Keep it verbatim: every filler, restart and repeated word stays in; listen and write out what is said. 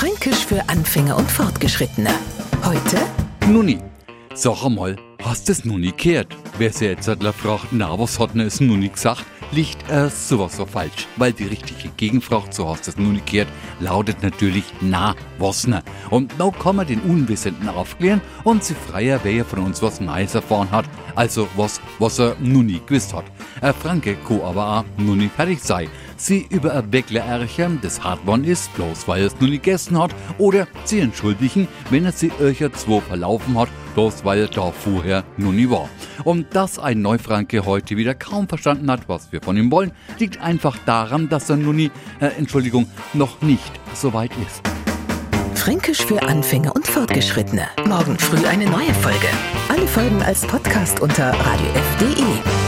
Fränkisch für Anfänger und Fortgeschrittene. Heute? Nunni, sag einmal, hast du es noch nie gehört? Wer sich jetzt fragt, na, was hat denn es noch nie gesagt, liegt äh, sowas so falsch. Weil die richtige Gegenfrage, so hast du es noch nie gehört, lautet natürlich, na, was ne? Und now kann man den Unwissenden aufklären und sie freier, wer von uns was Neues erfahren hat, also was, was er noch nie gewusst hat. Ein Franke kann aber auch noch nie fertig sein. Sie über ein Bäckler-Ärchen, das hart worden ist, bloß weil er es noch nie gegessen hat, oder sie entschuldigen, wenn er sie euch zwei verlaufen hat, bloß weil er da vorher noch nie war. Und dass ein Neufranke heute wieder kaum verstanden hat, was wir von ihm wollen, liegt einfach daran, dass er noch nie, äh, Entschuldigung, noch nicht so weit ist. Fränkisch für Anfänger und Fortgeschrittene. Morgen früh eine neue Folge. Alle Folgen als Podcast unter radio f punkt de.